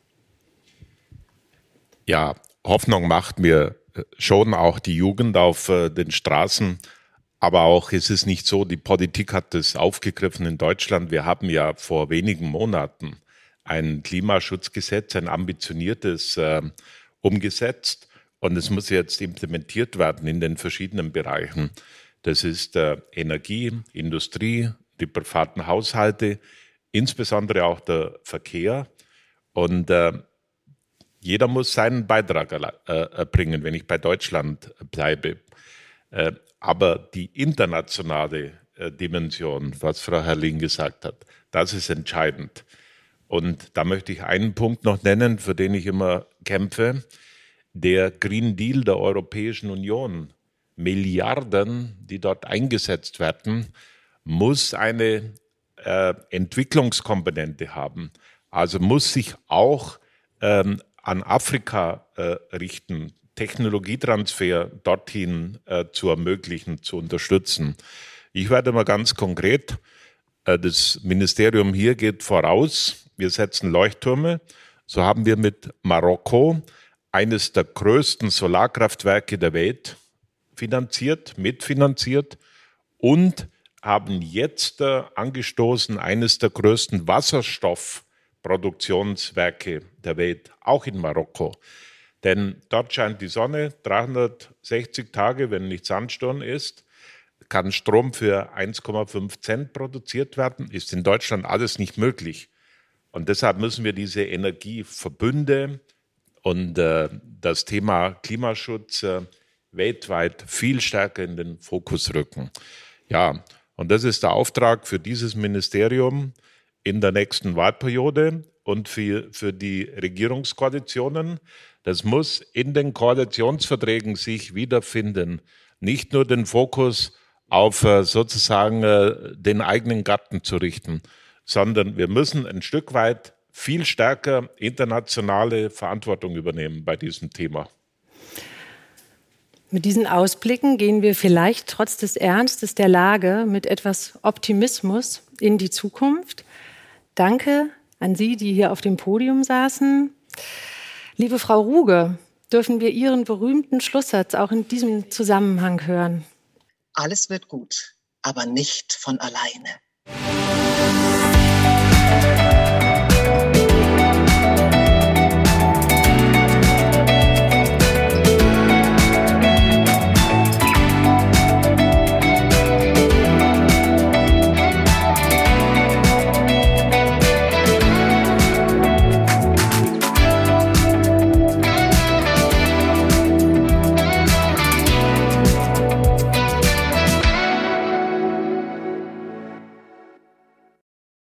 Ja, Hoffnung macht mir schon auch die Jugend auf äh, den Straßen. Aber auch ist es nicht so, die Politik hat das aufgegriffen in Deutschland. Wir haben ja vor wenigen Monaten ein Klimaschutzgesetz, ein ambitioniertes, äh, umgesetzt. Und es muss jetzt implementiert werden in den verschiedenen Bereichen. Das ist äh, Energie, Industrie, die privaten Haushalte, insbesondere auch der Verkehr. Und äh, jeder muss seinen Beitrag äh, erbringen, wenn ich bei Deutschland bleibe. Äh, aber die internationale äh, Dimension, was Frau Herrlin gesagt hat, das ist entscheidend. Und da möchte ich einen Punkt noch nennen, für den ich immer kämpfe. Der Green Deal der Europäischen Union, Milliarden, die dort eingesetzt werden, muss eine äh, Entwicklungskomponente haben. Also muss sich auch ähm, an Afrika äh, richten, Technologietransfer dorthin äh, zu ermöglichen, zu unterstützen. Ich werde mal ganz konkret, äh, das Ministerium hier geht voraus, wir setzen Leuchttürme. So haben wir mit Marokko eines der größten Solarkraftwerke der Welt finanziert, mitfinanziert und haben jetzt äh, angestoßen eines der größten Wasserstoffproduktionswerke der Welt, auch in Marokko. Denn dort scheint die Sonne dreihundertsechzig Tage, wenn nicht Sandsturm ist, kann Strom für eins Komma fünf Cent produziert werden, ist in Deutschland alles nicht möglich. Und deshalb müssen wir diese Energieverbünde und äh, das Thema Klimaschutz äh, weltweit viel stärker in den Fokus rücken. Ja, und das ist der Auftrag für dieses Ministerium in der nächsten Wahlperiode und für, für die Regierungskoalitionen. Das muss in den Koalitionsverträgen sich wiederfinden. Nicht nur den Fokus auf äh, sozusagen äh, den eigenen Garten zu richten, sondern wir müssen ein Stück weit viel stärker internationale Verantwortung übernehmen bei diesem Thema. Mit diesen Ausblicken gehen wir vielleicht trotz des Ernstes der Lage mit etwas Optimismus in die Zukunft. Danke an Sie, die hier auf dem Podium saßen. Liebe Frau Ruge, dürfen wir Ihren berühmten Schlusssatz auch in diesem Zusammenhang hören? Alles wird gut, aber nicht von alleine.